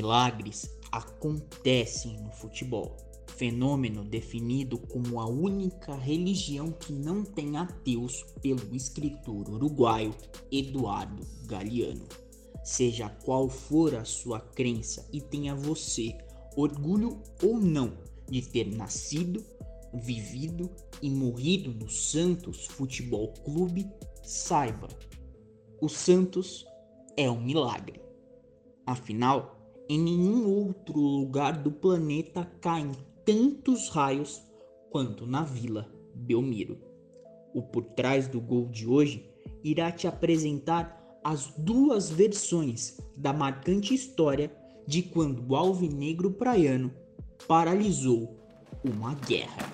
Milagres acontecem no futebol, fenômeno definido como a única religião que não tem ateus pelo escritor uruguaio Eduardo Galeano. Seja qual for a sua crença e tenha você orgulho ou não de ter nascido, vivido e morrido no Santos Futebol Clube, saiba, o Santos é um milagre. Afinal, em nenhum outro lugar do planeta caem tantos raios quanto na Vila Belmiro. O Por Trás do Gol de hoje irá te apresentar as duas versões da marcante história de quando o alvinegro praiano paralisou uma guerra.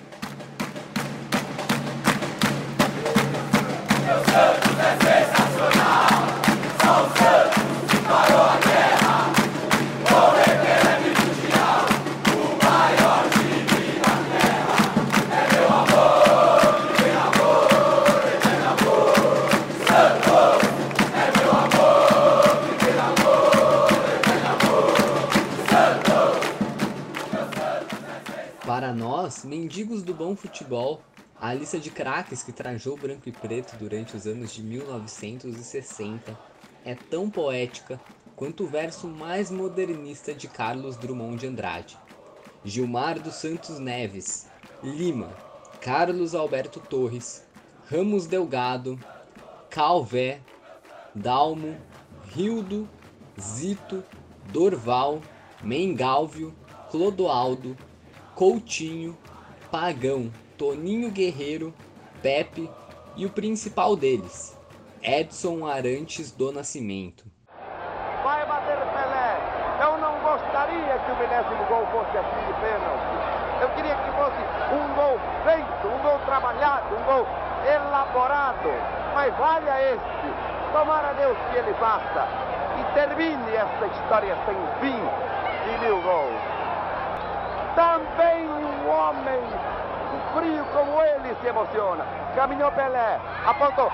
Meu Santos é sensacional, só o Santos que parou a guerra. O requereme mundial, o maior time da terra. É meu amor, que tem amor, tem amor. Santos, é meu amor, que tem amor, tem amor. Santos, meu Santos é sensacional. Para nós, mendigos do bom futebol, a lista de craques que trajou branco e preto durante os anos de 1960 é tão poética quanto o verso mais modernista de Carlos Drummond de Andrade. Gilmar dos Santos Neves, Lima, Carlos Alberto Torres, Ramos Delgado, Calvé, Dalmo, Rildo, Zito, Dorval, Mengalvio, Clodoaldo, Coutinho, Pagão, Toninho Guerreiro, Pepe e o principal deles, Edson Arantes do Nascimento. Vai bater Pelé. Eu não gostaria que o 10º gol fosse assim de pênalti. Eu queria que fosse um gol feito, um gol trabalhado, um gol elaborado. Mas valha este. Tomara Deus que ele faça e termine esta história sem fim de 1000 gols. Também um homem frio como ele se emociona. Caminhou Pelé, apontou.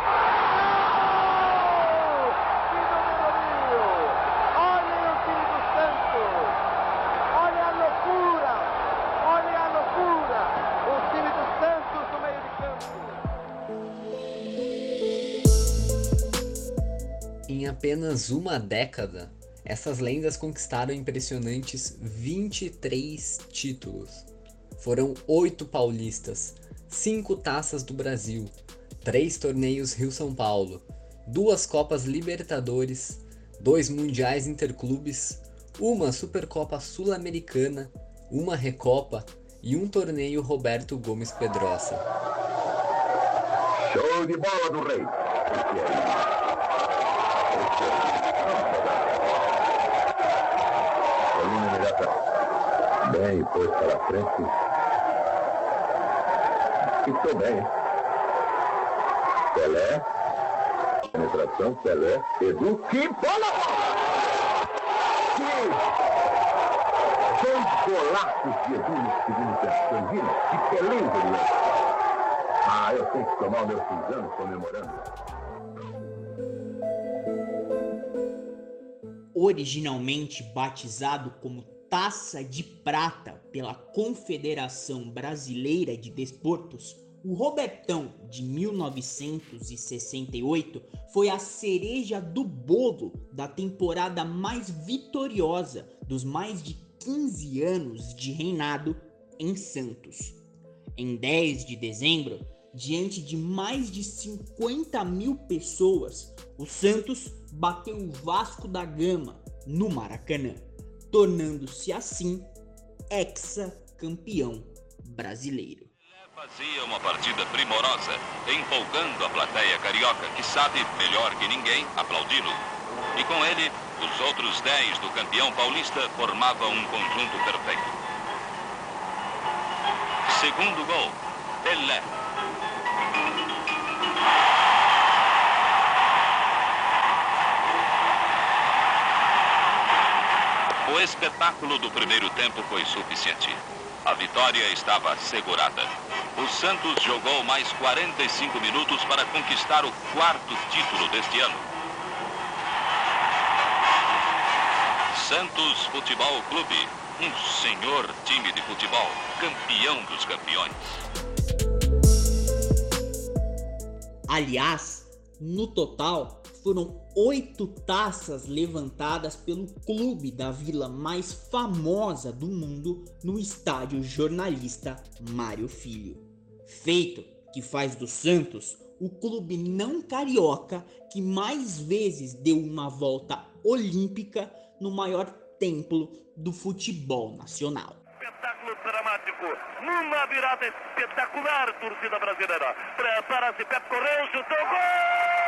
Que número 1000! Olhem o time do Santos! Olha a loucura! Olha a loucura! O time do Santos no meio de campo. Em apenas uma década, essas lendas conquistaram impressionantes 23 títulos. Foram 8 paulistas, 5 taças do Brasil, 3 torneios Rio-São Paulo, 2 Copas Libertadores, 2 Mundiais Interclubes, uma Supercopa Sul-Americana, uma Recopa e um torneio Roberto Gomes Pedrosa. Show de bola do Rei! Coluna imediata. Bem, foi para a frente. Estou bem. Pelé. Penetração, Pelé. Edu. Que bola! Que dois golaços de Edu no segundo tempo. Viram? Que beleza ele é. Ah, eu tenho que tomar o meu 6 anos comemorando. Originalmente batizado como Taça de Prata pela Confederação Brasileira de Desportos, o Robertão de 1968 foi a cereja do bolo da temporada mais vitoriosa dos mais de 15 anos de reinado em Santos. Em 10 de dezembro, diante de mais de 50 mil pessoas, o Santos bateu o Vasco da Gama no Maracanã, tornando-se assim hexacampeão brasileiro. Fazia uma partida primorosa, empolgando a plateia carioca, que sabe melhor que ninguém aplaudi-lo. E com ele, os outros 10 do campeão paulista formavam um conjunto perfeito. Segundo gol, Pelé. O espetáculo do primeiro tempo foi suficiente. A vitória estava assegurada. O Santos jogou mais 45 minutos para conquistar o 4º título deste ano. Santos Futebol Clube, um senhor time de futebol, campeão dos campeões. Aliás, no total, foram 8 taças levantadas pelo clube da vila mais famosa do mundo no estádio jornalista Mário Filho. Feito que faz do Santos o clube não carioca que mais vezes deu uma volta olímpica no maior templo do futebol nacional. Espetáculo dramático, numa virada espetacular, torcida brasileira. Prepara-se, Pepe correu, chutou, gol!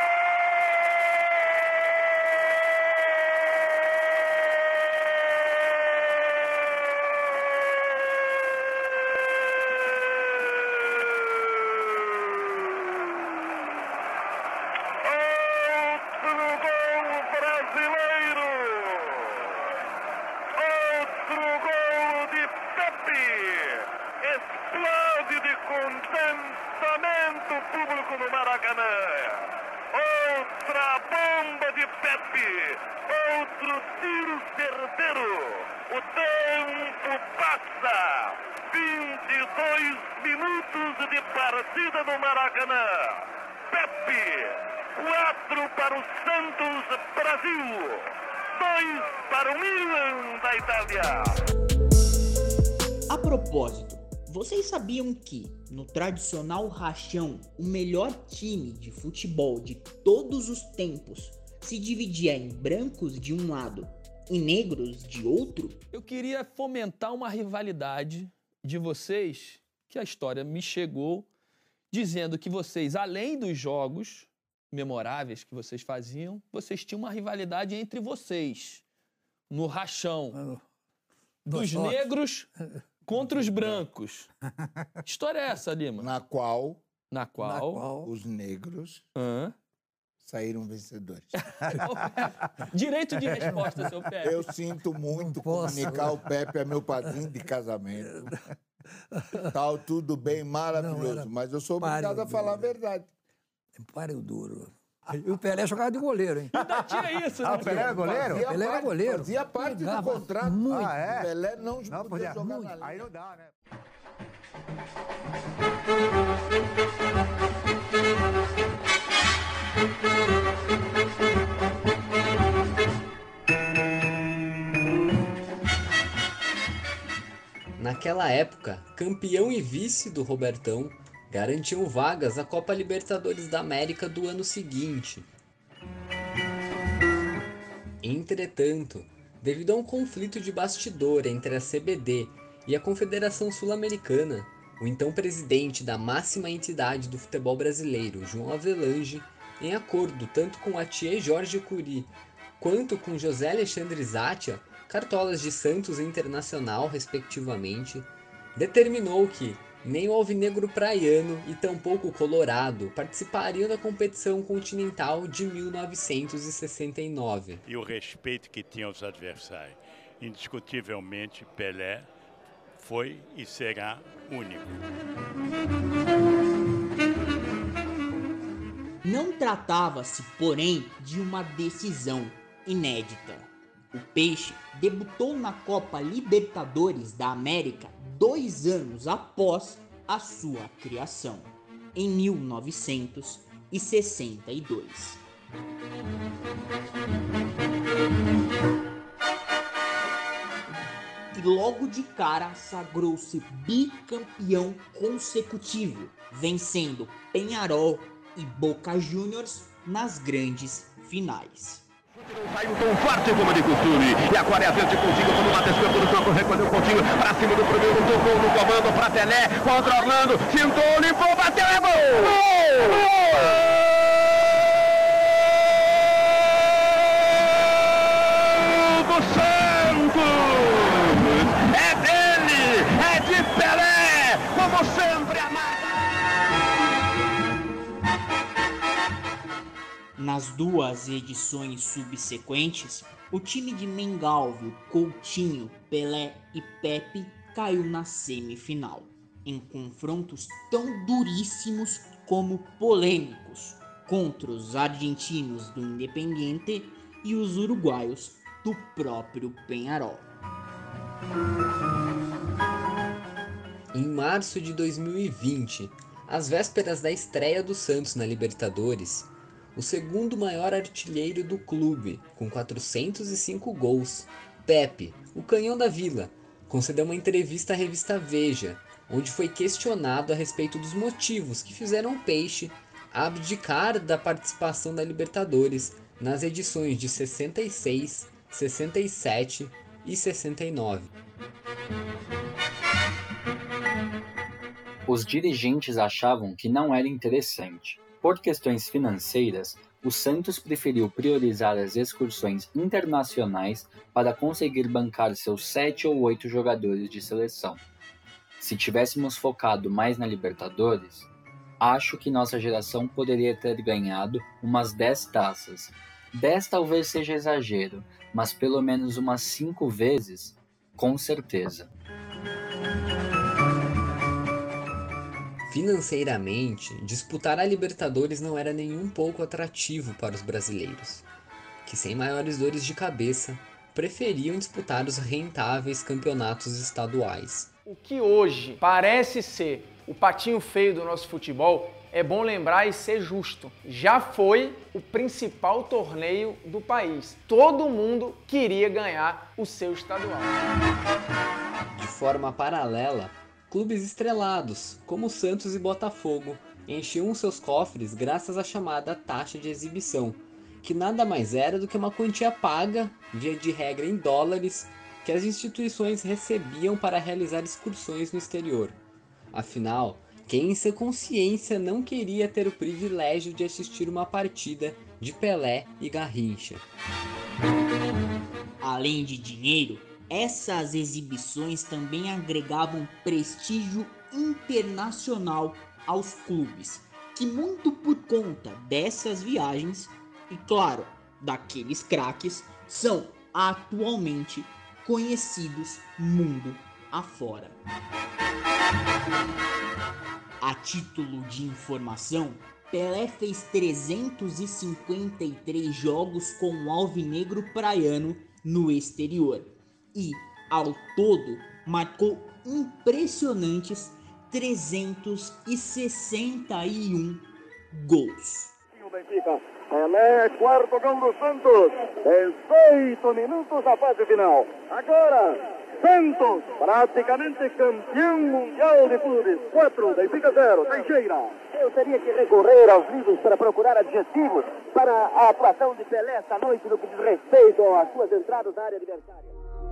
Explode de contentamento público no Maracanã. Outra bomba de Pepe. Outro tiro certeiro. O tempo passa. 22 minutos de partida no Maracanã. Pepe. 4 para o Santos Brasil. 2 para o Milan da Itália. A propósito, vocês sabiam que, no tradicional rachão, o melhor time de futebol de todos os tempos se dividia em brancos de um lado e negros de outro? Eu queria fomentar uma rivalidade de vocês, que a história me chegou, dizendo que vocês, além dos jogos memoráveis que vocês faziam, vocês tinham uma rivalidade entre vocês, no rachão, dos negros contra os brancos. Que história é essa, Lima? Na qual os negros saíram vencedores. Direito de resposta, seu Pepe. Eu sinto muito comunicar o Pepe é meu padrinho de casamento. Tal, tudo bem, maravilhoso. Mas eu sou obrigado a falar a verdade. Páreo duro. E o Pelé jogava de goleiro, hein? Ainda tinha isso, né? O Pelé era goleiro? O Pelé era goleiro. Fazia parte do contrato. Muito. O Pelé não podia jogar muito. na linha. Aí não dá, né? Naquela época, campeão e vice do Robertão garantiam vagas à Copa Libertadores da América do ano seguinte. Entretanto, devido a um conflito de bastidor entre a CBD e a Confederação Sul-Americana, o então presidente da máxima entidade do futebol brasileiro, João Avelange, em acordo tanto com Atier Jorge Cury quanto com José Alexandre Zatia, cartolas de Santos e Internacional, respectivamente, determinou que nem o alvinegro praiano e tampouco o colorado participariam da competição continental de 1969. E o respeito que tinha aos adversários. Indiscutivelmente, Pelé foi e será único. Não tratava-se, porém, de uma decisão inédita. O Peixe debutou na Copa Libertadores da América 2 anos após a sua criação, em 1962. E logo de cara sagrou-se bicampeão consecutivo, vencendo Peñarol e Boca Juniors nas grandes finais. Saiu tão forte como de costume. E agora é a vez de Coutinho, quando o Matheus Canto no campo, recolheu o Coutinho pra cima do primeiro, tocou no comando pra Pelé, contra Orlando, fintou, limpou, bateu, é gol! Gol do Santos! É dele, é de Pelé, como sempre amado! Nas 2 edições subsequentes, o time de Mengalvio, Coutinho, Pelé e Pepe caiu na semifinal, em confrontos tão duríssimos como polêmicos contra os argentinos do Independiente e os uruguaios do próprio Peñarol. Em março de 2020, às vésperas da estreia do Santos na Libertadores, o segundo maior artilheiro do clube, com 405 gols, Pepe, o canhão da Vila, concedeu uma entrevista à revista Veja, onde foi questionado a respeito dos motivos que fizeram o Peixe abdicar da participação da Libertadores nas edições de 66, 67 e 69. Os dirigentes achavam que não era interessante. Por questões financeiras, o Santos preferiu priorizar as excursões internacionais para conseguir bancar seus 7 ou 8 jogadores de seleção. Se tivéssemos focado mais na Libertadores, acho que nossa geração poderia ter ganhado umas 10 taças. 10 talvez seja exagero, mas pelo menos umas 5 vezes, com certeza. Financeiramente, disputar a Libertadores não era nem um pouco atrativo para os brasileiros, que sem maiores dores de cabeça, preferiam disputar os rentáveis campeonatos estaduais. O que hoje parece ser o patinho feio do nosso futebol, é bom lembrar e ser justo. Já foi o principal torneio do país. Todo mundo queria ganhar o seu estadual. De forma paralela, clubes estrelados, como Santos e Botafogo, enchiam seus cofres graças à chamada taxa de exibição, que nada mais era do que uma quantia paga, via de regra em dólares, que as instituições recebiam para realizar excursões no exterior. Afinal, quem em sua consciência não queria ter o privilégio de assistir uma partida de Pelé e Garrincha? Além de dinheiro, essas exibições também agregavam prestígio internacional aos clubes, que muito por conta dessas viagens, e claro, daqueles craques, são atualmente conhecidos mundo afora. A título de informação, Pelé fez 353 jogos com o alvinegro praiano no exterior e, ao todo, marcou impressionantes 361 gols. Pelé, quarto gol do Santos, 18 minutos da fase final. Agora, Santos, praticamente campeão mundial de clubes. 4, Benfica 0, Teixeira. Eu teria que recorrer aos livros para procurar adjetivos para a atuação de Pelé esta noite no que diz respeito às suas entradas na área adversária.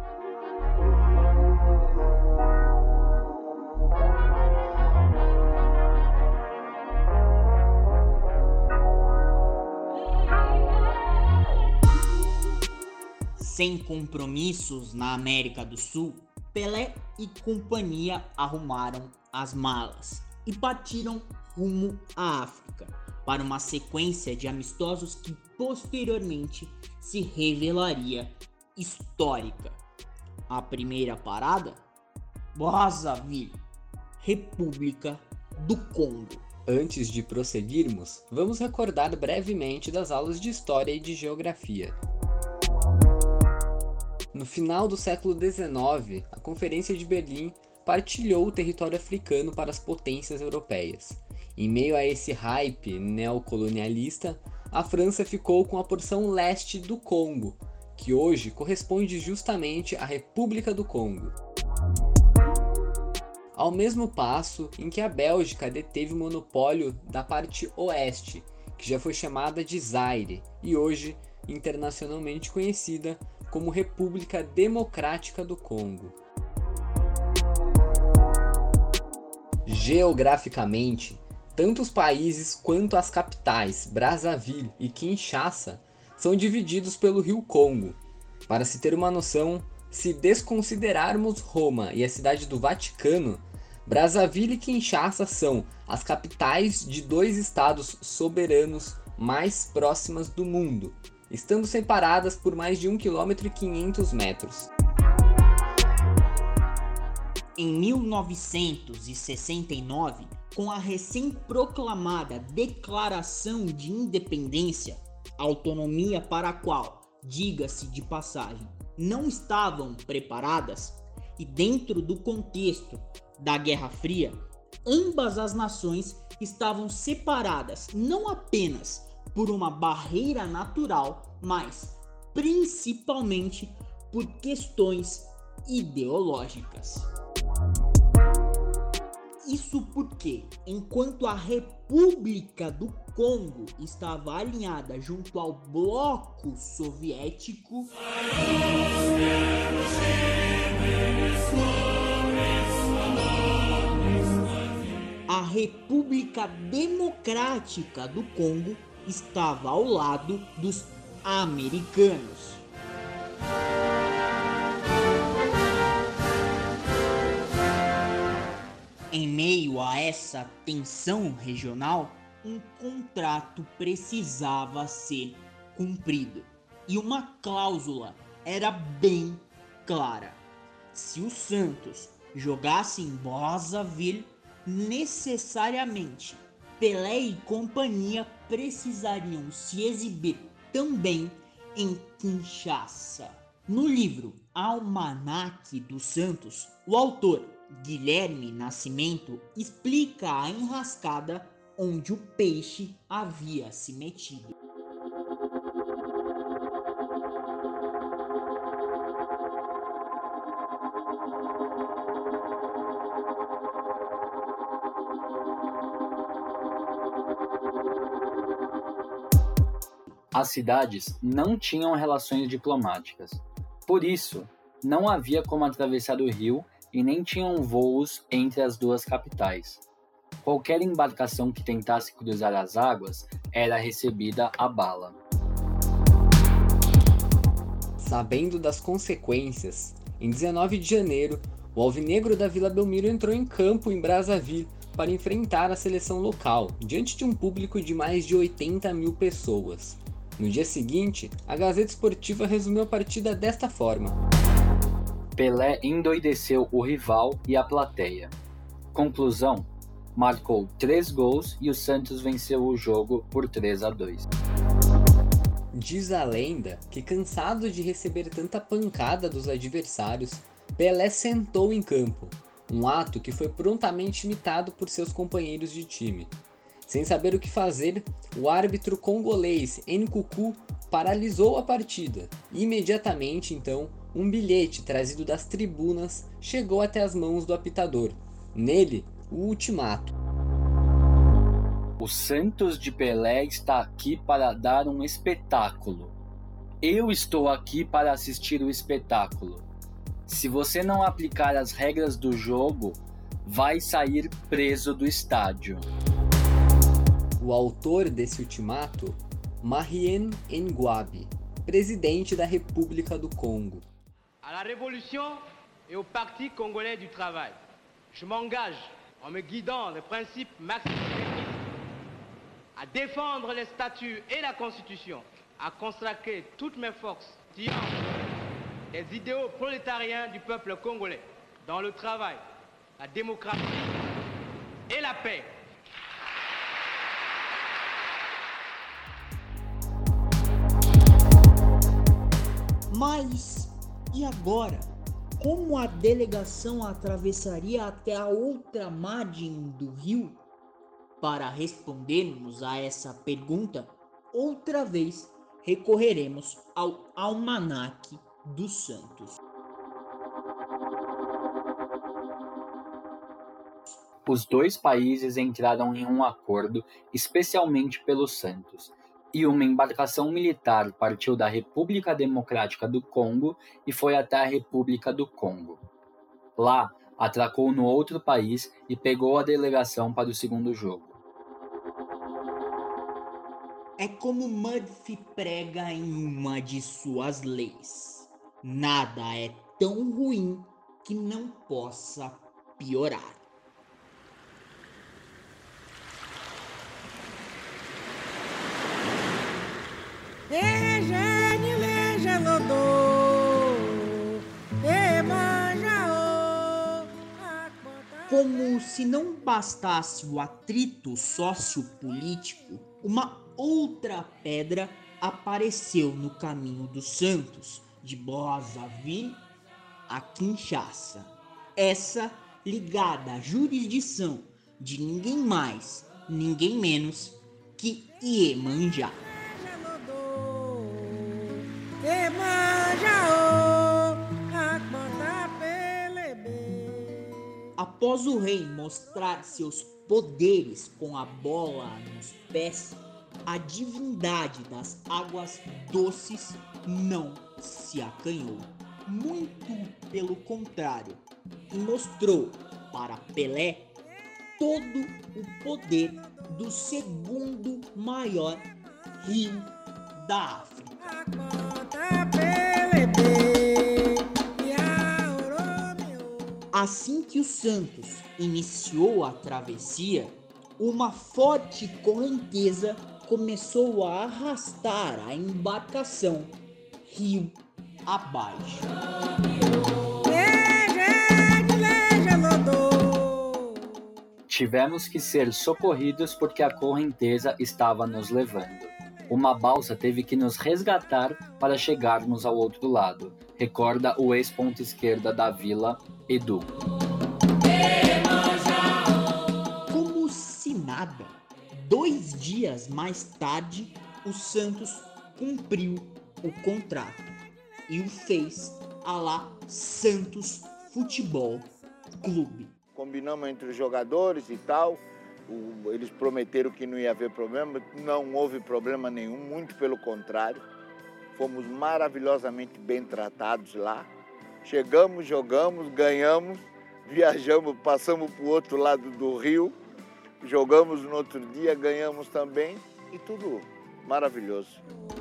Sem compromissos na América do Sul, Pelé e companhia arrumaram as malas e partiram rumo à África para uma sequência de amistosos que posteriormente se revelaria histórica. A primeira parada? Brazzaville, República do Congo. Antes de prosseguirmos, vamos recordar brevemente das aulas de História e de Geografia. No final do século XIX, a Conferência de Berlim partilhou o território africano para as potências europeias. Em meio a esse hype neocolonialista, a França ficou com a porção leste do Congo, que hoje corresponde justamente à República do Congo. Ao mesmo passo em que a Bélgica deteve o monopólio da parte oeste, que já foi chamada de Zaire e hoje internacionalmente conhecida como República Democrática do Congo. Geograficamente, tanto os países quanto as capitais, Brazzaville e Kinshasa, são divididos pelo rio Congo. Para se ter uma noção, se desconsiderarmos Roma e a cidade do Vaticano, Brazzaville e Kinshasa são as capitais de 2 estados soberanos mais próximas do mundo, estando separadas por mais de 1,5 km. Em 1969, com a recém-proclamada Declaração de Independência, autonomia para a qual diga-se de passagem, não estavam preparadas e dentro do contexto da Guerra Fria, ambas as nações estavam separadas não apenas por uma barreira natural, mas principalmente por questões ideológicas. Isso porque, enquanto a República do Congo estava alinhada junto ao bloco soviético, a República Democrática do Congo estava ao lado dos americanos. Em meio a essa tensão regional, um contrato precisava ser cumprido. E uma cláusula era bem clara. Se o Santos jogasse em Brazzaville, necessariamente Pelé e companhia precisariam se exibir também em Kinshasa. No livro Almanaque do Santos, o autor Guilherme Nascimento explica a enrascada onde o peixe havia se metido. As cidades não tinham relações diplomáticas. Por isso, não havia como atravessar o rio e nem tinham voos entre as duas capitais. Qualquer embarcação que tentasse cruzar as águas era recebida a bala. Sabendo das consequências, em 19 de janeiro, o Alvinegro da Vila Belmiro entrou em campo em Brazzaville para enfrentar a seleção local, diante de um público de mais de 80 mil pessoas. No dia seguinte, a Gazeta Esportiva resumiu a partida desta forma: Pelé endoideceu o rival e a plateia. Conclusão: marcou 3 gols e o Santos venceu o jogo por 3-2. Diz a lenda que, cansado de receber tanta pancada dos adversários, Pelé sentou em campo, um ato que foi prontamente imitado por seus companheiros de time. Sem saber o que fazer, o árbitro congolês Nkuku paralisou a partida. Imediatamente, então, um bilhete trazido das tribunas chegou até as mãos do apitador. Nele, o ultimato: o Santos de Pelé está aqui para dar um espetáculo. Eu estou aqui para assistir o espetáculo. Se você não aplicar as regras do jogo, vai sair preso do estádio. O autor desse ultimato, Marien Ngouabi, presidente da República do Congo. À la Révolution et au Parti congolais du travail, je m'engage, en me guidant des principes marxistes, à défendre les statuts et la Constitution, à consacrer toutes mes forces tirant des idéaux prolétariens du peuple congolais dans le travail, la démocratie et la paix. Mas, e agora? Como a delegação atravessaria até a outra margem do rio? Para respondermos a essa pergunta, outra vez recorreremos ao Almanaque do Santos. Os dois países entraram em um acordo especialmente pelo Santos, e uma embarcação militar partiu da República Democrática do Congo e foi até a República do Congo. Lá, atracou no outro país e pegou a delegação para o segundo jogo. É como Murphy prega em uma de suas leis: nada é tão ruim que não possa piorar. Como se não bastasse o atrito sociopolítico, uma outra pedra apareceu no caminho do Santos, de Brazzaville a Kinshasa. Essa ligada à jurisdição de ninguém mais, ninguém menos que Iemanjá. Após o rei mostrar seus poderes com a bola nos pés, a divindade das águas doces não se acanhou. Muito pelo contrário, e mostrou para Pelé todo o poder do segundo maior rio da África. Assim que o Santos iniciou a travessia, uma forte correnteza começou a arrastar a embarcação rio abaixo. Tivemos que ser socorridos porque a correnteza estava nos levando. Uma balsa teve que nos resgatar para chegarmos ao outro lado, recorda o ex-ponta esquerda da Vila, Edu. Como se nada, 2 dias mais tarde, o Santos cumpriu o contrato e o fez à la Santos Futebol Clube. Combinamos entre os jogadores e tal, eles prometeram que não ia haver problema, não houve problema nenhum, muito pelo contrário. Fomos maravilhosamente bem tratados lá. Chegamos, jogamos, ganhamos, viajamos, passamos para o outro lado do rio, jogamos no outro dia, ganhamos também e tudo maravilhoso.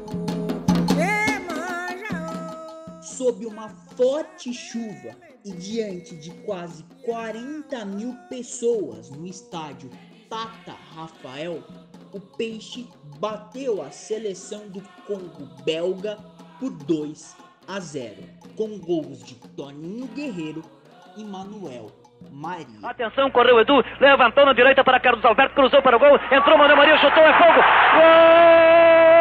Sob uma forte chuva e diante de quase 40 mil pessoas no estádio Tata Rafael, o Peixe bateu a seleção do Congo belga por 2-0, com gols de Toninho Guerreiro e Manuel Maria. Atenção, correu Edu, levantou na direita para Carlos Alberto, cruzou para o gol, entrou Manuel Maria, chutou, é fogo! Gol!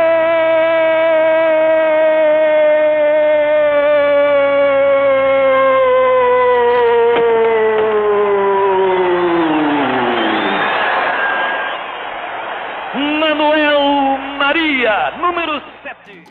Número 7.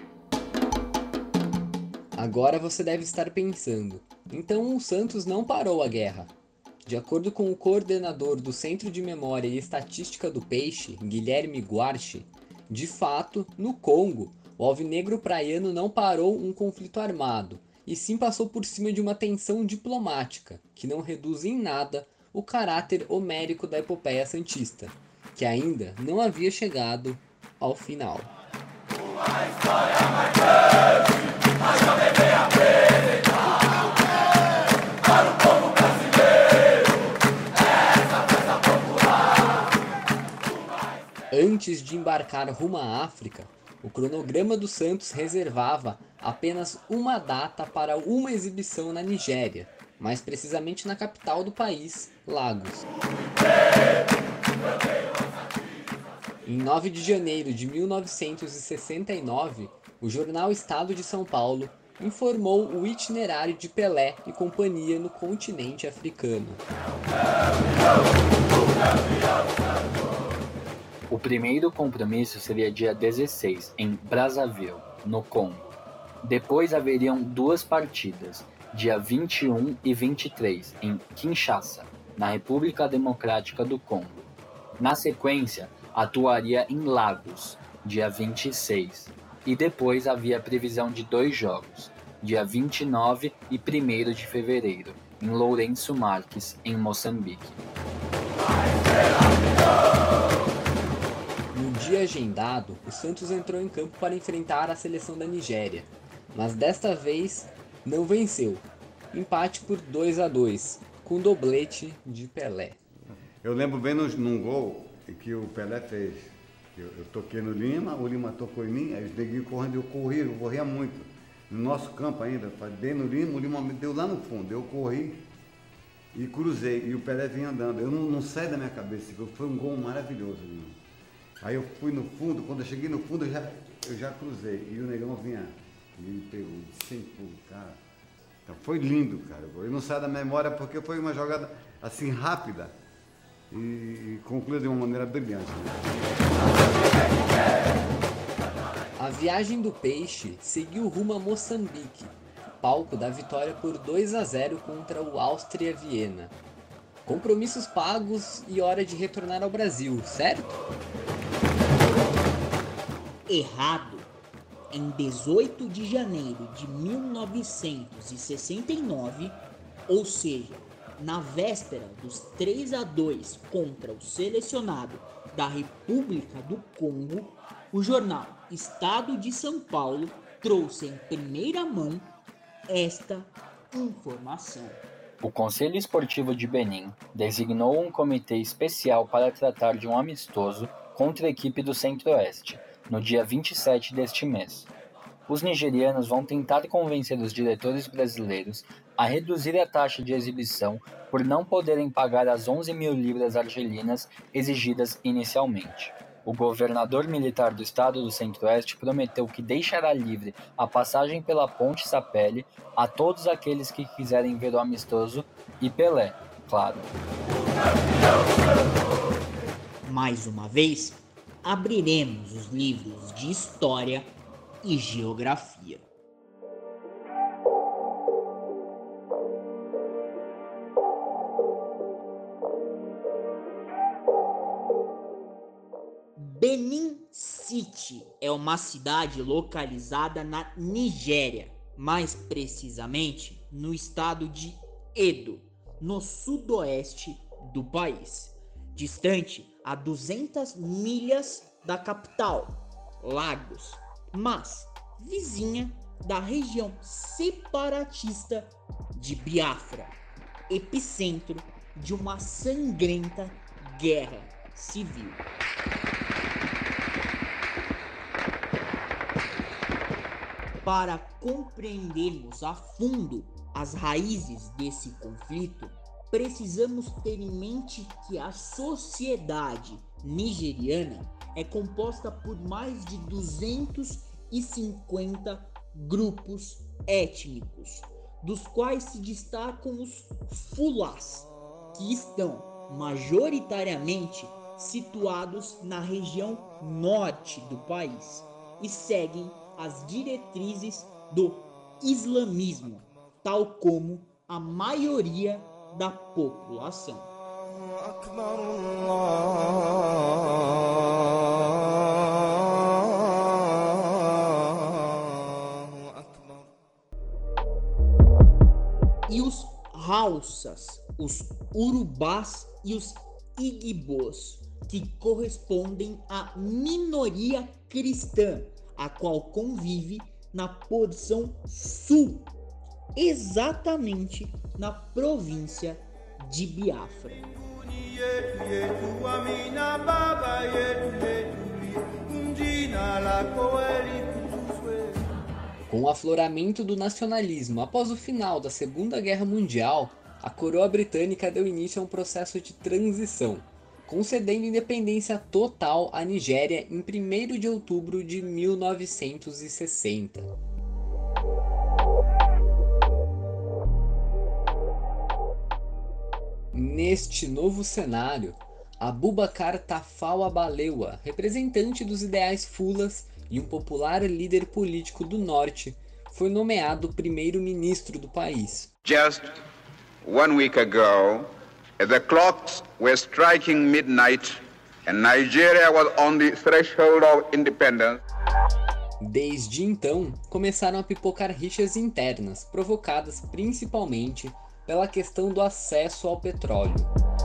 Agora você deve estar pensando, então o Santos não parou a guerra. De acordo com o coordenador do Centro de Memória e Estatística do Peixe, Guilherme Guarchi, de fato, no Congo, o alvinegro praiano não parou um conflito armado, e sim passou por cima de uma tensão diplomática, que não reduz em nada o caráter homérico da epopeia santista, que ainda não havia chegado ao final. Uma história marcante, a Jovem vem apresentar para o povo brasileiro essa festa popular. Antes de embarcar rumo à África, o cronograma do Santos reservava apenas uma data para uma exibição na Nigéria, mais precisamente na capital do país, Lagos. Em 9 de janeiro de 1969, o jornal Estado de São Paulo informou o itinerário de Pelé e companhia no continente africano. O primeiro compromisso seria dia 16, em Brazzaville, no Congo. Depois haveriam 2 partidas, dia 21 e 23, em Kinshasa, na República Democrática do Congo. Na sequência, atuaria em Lagos, dia 26, e depois havia a previsão de 2 jogos, dia 29 e 1º de fevereiro, em Lourenço Marques, em Moçambique. No dia agendado, o Santos entrou em campo para enfrentar a seleção da Nigéria, mas desta vez não venceu. Empate por 2-2, com doblete de Pelé. Eu lembro bem num gol que o Pelé fez. Eu toquei no Lima, o Lima tocou em mim, aí os neguinhos correndo, eu corria muito. No nosso campo ainda, dei no Lima, o Lima me deu lá no fundo, eu corri e cruzei, e o Pelé vinha andando. Eu não sai da minha cabeça, foi um gol maravilhoso. Lima. Aí eu fui no fundo, quando eu cheguei no fundo, eu já eu já cruzei e o negão vinha, e ele pegou, disse, cara. Então foi lindo, cara. Eu não saio da memória porque foi uma jogada assim rápida e concluiu de uma maneira brilhante. A viagem do Peixe seguiu rumo a Moçambique, palco da vitória por 2-0 contra o Áustria Viena. Compromissos pagos e hora de retornar ao Brasil, certo? Errado. Em 18 de janeiro de 1969, ou seja, na véspera dos 3-2 contra o selecionado da República do Congo, o jornal Estado de São Paulo trouxe em primeira mão esta informação. O Conselho Esportivo de Benin designou um comitê especial para tratar de um amistoso contra a equipe do Centro-Oeste, no dia 27 deste mês. Os nigerianos vão tentar convencer os diretores brasileiros a reduzir a taxa de exibição por não poderem pagar as 11 mil libras argelinas exigidas inicialmente. O governador militar do estado do Centro-Oeste prometeu que deixará livre a passagem pela Ponte Sapele a todos aqueles que quiserem ver o amistoso e Pelé, claro. Mais uma vez, abriremos os livros de História e Geografia. Benin City é uma cidade localizada na Nigéria, mais precisamente no estado de Edo, no sudoeste do país, distante a 200 milhas da capital, Lagos, mas vizinha da região separatista de Biafra, epicentro de uma sangrenta guerra civil. Para compreendermos a fundo as raízes desse conflito, precisamos ter em mente que a sociedade nigeriana é composta por mais de 250 grupos étnicos, dos quais se destacam os Fulás, que estão majoritariamente situados na região norte do país e seguem as diretrizes do islamismo, tal como a maioria da população. E os Hausas, os Urubás e os Igbos, que correspondem à minoria cristã, a qual convive na porção sul, exatamente na província de Biafra. Com o afloramento do nacionalismo após o final da Segunda Guerra Mundial, a coroa britânica deu início a um processo de transição, concedendo independência total à Nigéria em 1º de outubro de 1960. Neste novo cenário, Abubakar Tafawa Balewa, representante dos ideais Fulas e um popular líder político do norte, foi nomeado primeiro-ministro do país. Just 1 week ago, the clocks were striking midnight and Nigeria was on the threshold of independence. Desde então, começaram a pipocar rixas internas, provocadas principalmente pela questão do acesso ao petróleo.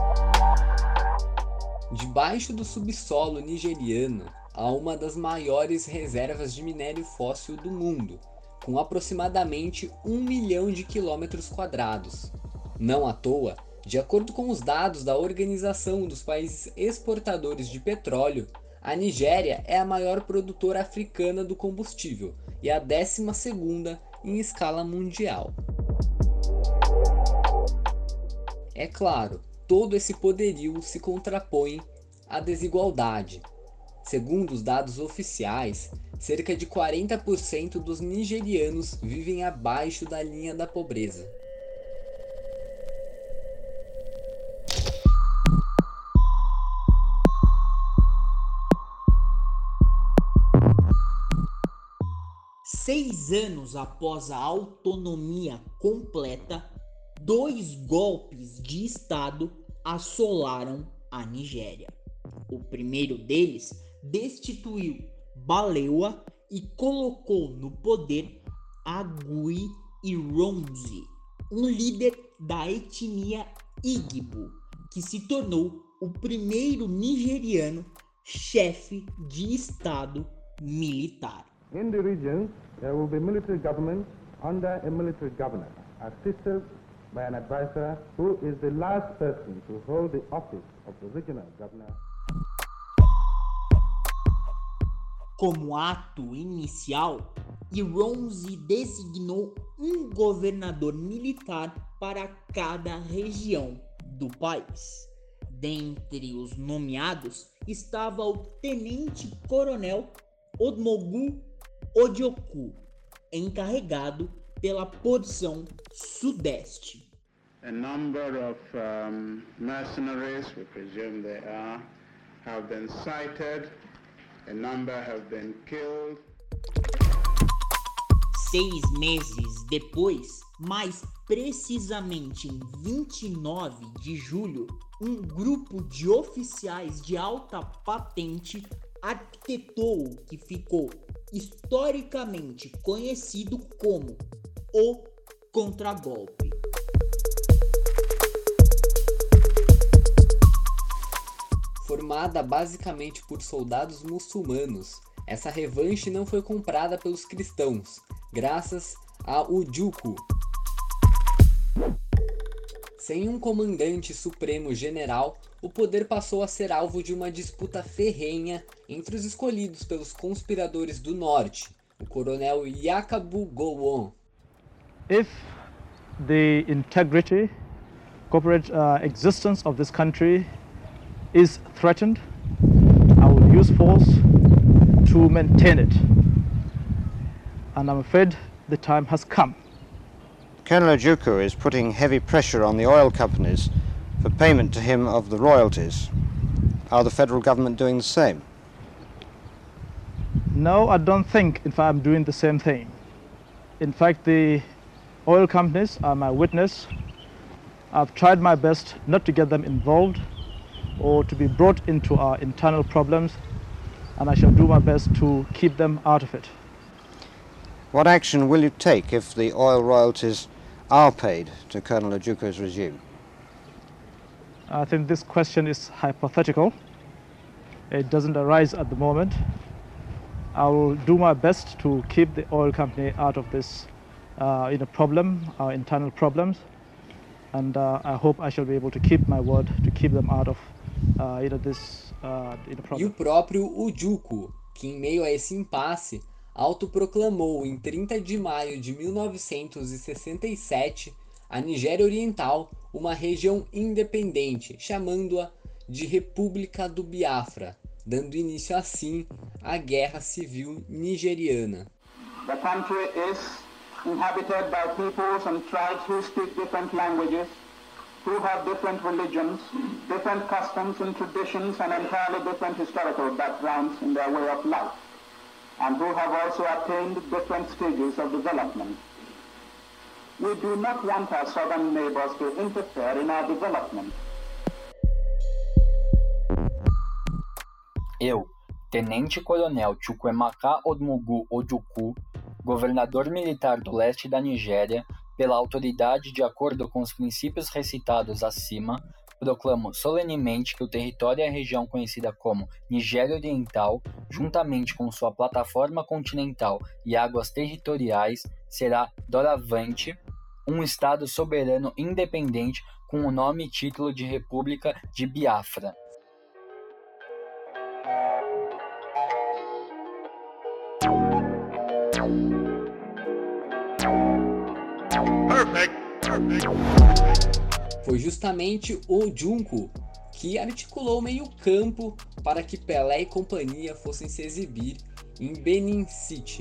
Debaixo do subsolo nigeriano há uma das maiores reservas de minério fóssil do mundo, com aproximadamente 1 milhão de quilômetros quadrados. Não à toa, de acordo com os dados da Organização dos Países Exportadores de Petróleo, a Nigéria é a maior produtora africana do combustível e a 12ª em escala mundial. É claro, todo esse poderio se contrapõe à desigualdade. Segundo os dados oficiais, cerca de 40% dos nigerianos vivem abaixo da linha da pobreza. Seis anos após a autonomia completa, 2 golpes de Estado assolaram a Nigéria. O primeiro deles destituiu Balewa e colocou no poder Agui Ironsi, um líder da etnia Igbo, que se tornou o primeiro nigeriano chefe de Estado militar. In the regions, there will be military government under a military governor, assisted by an advisor who is the last person to hold the office of the regional governor. Como ato inicial, Ironsi designou um governador militar para cada região do país. Dentre os nomeados estava o tenente-coronel Odmogu Ojukwu, encarregado pela porção sudeste. A number of mercenaries, we presume they are, have been sighted. A number have been killed. 6 meses depois, mais precisamente em 29 de julho, um grupo de oficiais de alta patente arquitetou o que ficou historicamente conhecido como o contragolpe. Formada basicamente por soldados muçulmanos, essa revanche não foi comprada pelos cristãos, graças a Ojukwu. Sem um comandante supremo general, o poder passou a ser alvo de uma disputa ferrenha entre os escolhidos pelos conspiradores do norte, o coronel Yakubu Gowon. If the integrity, corporate existence of this country is threatened, I will use force to maintain it. And I'm afraid the time has come. Colonel Ojukwu is putting heavy pressure on the oil companies for payment to him of the royalties. Are the federal government doing the same? No, I don't think, in fact, I'm doing the same thing. In fact, the oil companies are my witness. I've tried my best not to get them involved or to be brought into our internal problems, and I shall do my best to keep them out of it. What action will you take if the oil royalties are paid to Colonel Ojukwu's regime? I think this question is hypothetical. It doesn't arise at the moment. I will do my best to keep the oil company out of this problem, our internal problems, and I hope I shall be able to keep my word to keep them out of this problem. E o próprio Ojukwu, que em meio a esse impasse, autoproclamou em 30 de maio de 1967 a Nigéria Oriental uma região independente, chamando-a de República do Biafra, dando início assim à Guerra Civil Nigeriana. The country is inhabited by peoples and tribes who speak different languages, who have different religions, different customs and traditions, and entirely different historical backgrounds in their way of life, and who have also attained different stages of development. We do not want our southern neighbors to interfere in our development. Eu, Tenente-Coronel Chukwuemeka Odmogu Ojukwu, governador militar do leste da Nigéria, pela autoridade de acordo com os princípios recitados acima, proclamo solenemente que o território e a região conhecida como Nigéria Oriental, juntamente com sua plataforma continental e águas territoriais, será, doravante, um Estado soberano independente com o nome e título de República de Biafra. Foi justamente Ojukwu que articulou o meio-campo para que Pelé e companhia fossem se exibir em Benin City.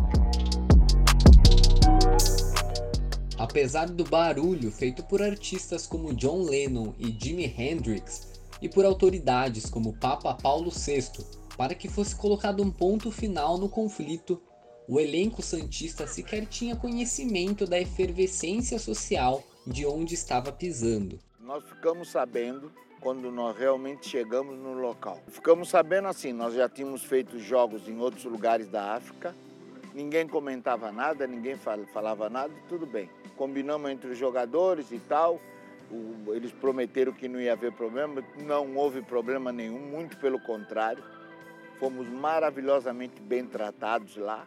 Apesar do barulho feito por artistas como John Lennon e Jimi Hendrix e por autoridades como Papa Paulo VI, para que fosse colocado um ponto final no conflito, o elenco santista sequer tinha conhecimento da efervescência social de onde estava pisando. Nós ficamos sabendo quando nós realmente chegamos no local. Ficamos sabendo assim, nós já tínhamos feito jogos em outros lugares da África, ninguém comentava nada, ninguém falava nada, tudo bem. Combinamos entre os jogadores e tal, eles prometeram que não ia haver problema, não houve problema nenhum, muito pelo contrário. Fomos maravilhosamente bem tratados lá.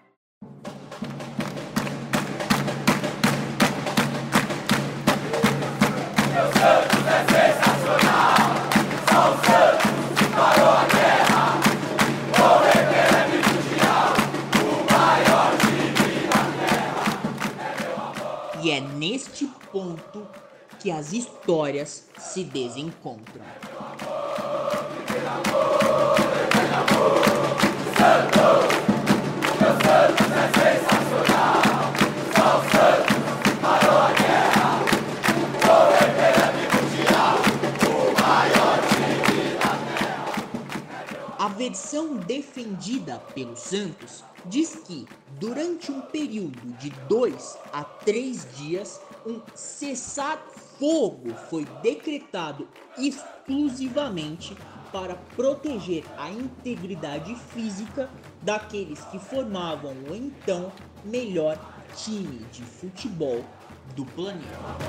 Meu Santos é sensacional, só o Santos que parou a guerra. O requereme mundial, o maior time da terra. É meu amor. E é neste ponto que as histórias se desencontram. Santos, meu Santos é sensacional, só o Santos que parou a guerra. O requereme mundial, o maior time da terra. A versão defendida pelo Santos diz que, durante um período de 2 a 3 dias, um cessar-fogo foi decretado exclusivamente para proteger a integridade física daqueles que formavam o então melhor time de futebol do planeta.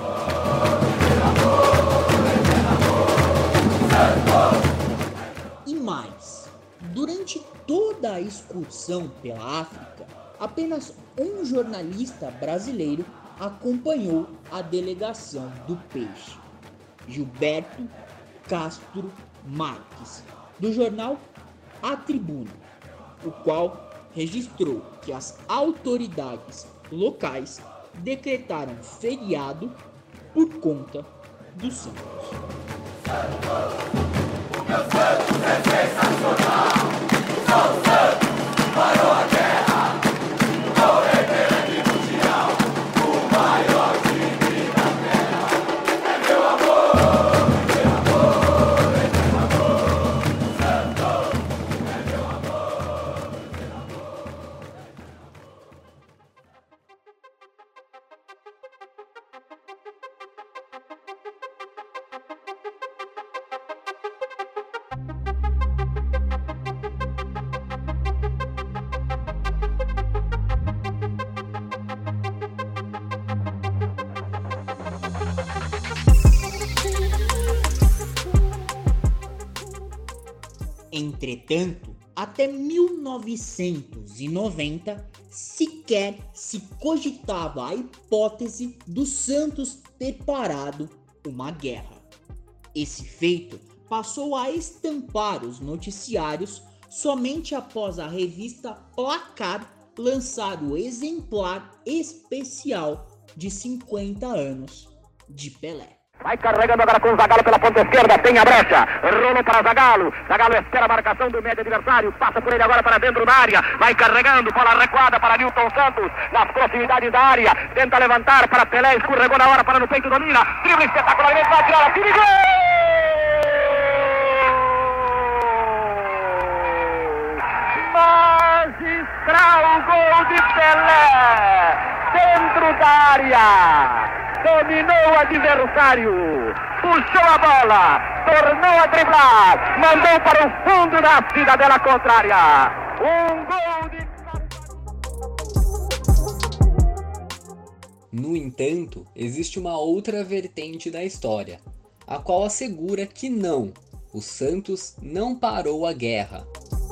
E mais, durante toda a excursão pela África, apenas um jornalista brasileiro acompanhou a delegação do Peixe, Gilberto Castro Marques, do jornal A Tribuna, o qual registrou que as autoridades locais decretaram feriado por conta do Santos. O meu Santos é sensacional, só o Santos parou a guerra. O requereme mundial, o maior time da terra. É meu amor, é meu amor, é meu amor. Santos, é meu amor, é meu amor. Entretanto, até 1990, sequer se cogitava a hipótese do Santos ter parado uma guerra. Esse feito passou a estampar os noticiários somente após a revista Placar lançar o exemplar especial de 50 anos de Pelé. Vai carregando agora com o Zagallo pela ponta esquerda, tem a brecha, rolou para Zagallo, Zagallo espera a marcação do médio adversário, passa por ele agora para dentro da área, vai carregando, bola recuada para Nilton Santos, nas proximidades da área, tenta levantar para Pelé, escorregou na hora, para no peito, domina, drible espetacularmente, vai tirar a tira e gol! Magistral gol de Pelé, dentro da área! Dominou o adversário, puxou a bola, tornou a driblar, mandou para o fundo da cidadela contrária. Gol de... No entanto, existe uma outra vertente da história, a qual assegura que não, o Santos não parou a guerra.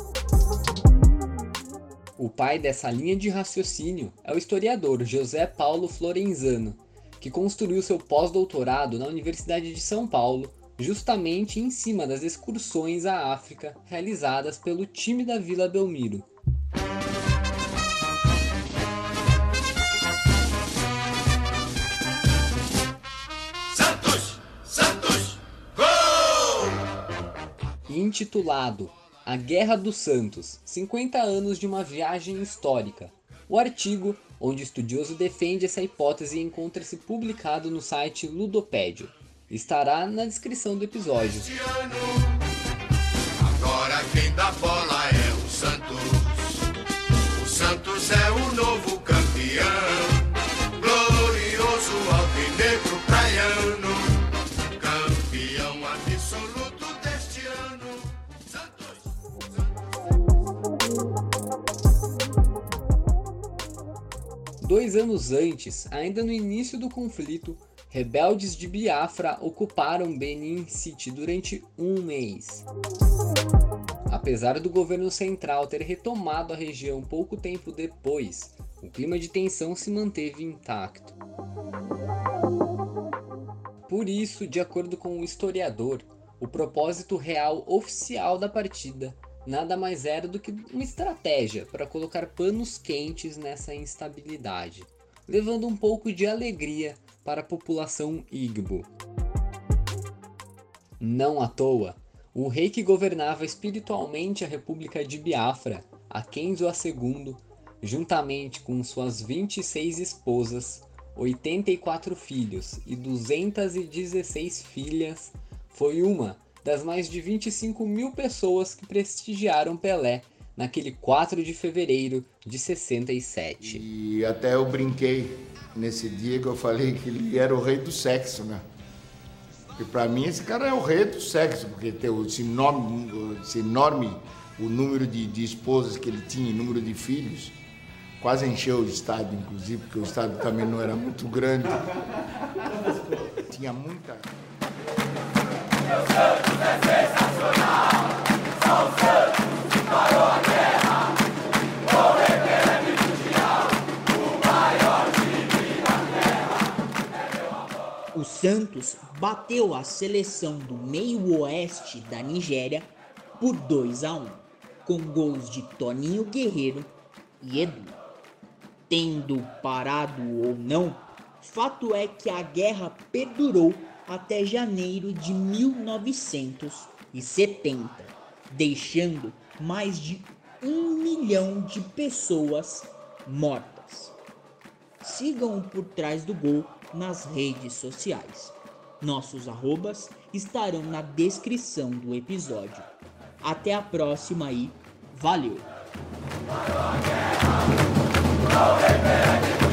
O pai dessa linha de raciocínio é o historiador José Paulo Florenzano, que construiu seu pós-doutorado na Universidade de São Paulo, justamente em cima das excursões à África realizadas pelo time da Vila Belmiro. Santos, Santos, gol! intitulado A Guerra dos Santos, 50 anos de uma viagem histórica. O artigo, onde o estudioso defende essa hipótese, encontra-se publicado no site Ludopédio. Estará na descrição do episódio. Agora quem dá bola é o Santos. O Santos é o novo campeão. Glorioso alvinegro praiano. Campeão absoluto deste ano. Santos. 2 anos antes, ainda no início do conflito, rebeldes de Biafra ocuparam Benin City durante um mês. Apesar do governo central ter retomado a região pouco tempo depois, o clima de tensão se manteve intacto. Por isso, de acordo com o historiador, o propósito real oficial da partida nada mais era do que uma estratégia para colocar panos quentes nessa instabilidade, levando um pouco de alegria para a população Igbo. Não à toa, o rei que governava espiritualmente a República de Biafra, Akenzo II, juntamente com suas 26 esposas, 84 filhos e 216 filhas, foi uma das mais de 25 mil pessoas que prestigiaram Pelé naquele 4 de fevereiro de 67. E até eu brinquei nesse dia que eu falei que ele era o rei do sexo, né? E pra mim esse cara é o rei do sexo, porque tem esse enorme o número de esposas que ele tinha, o número de filhos, quase encheu o estádio, inclusive, porque o estádio também não era muito grande. Tinha muita... O Santos é sensacional, só o Santos que parou a guerra. O requereme mundial, o maior time da terra. É meu amor. O Santos bateu a seleção do meio-oeste da Nigéria por 2-1, com gols de Toninho Guerreiro e Edu. Tendo parado ou não, fato é que a guerra perdurou até janeiro de 1970, deixando mais de 1 milhão de pessoas mortas. Sigam o Por Trás do Gol nas redes sociais. Nossos arrobas estarão na descrição do episódio. Até a próxima e valeu!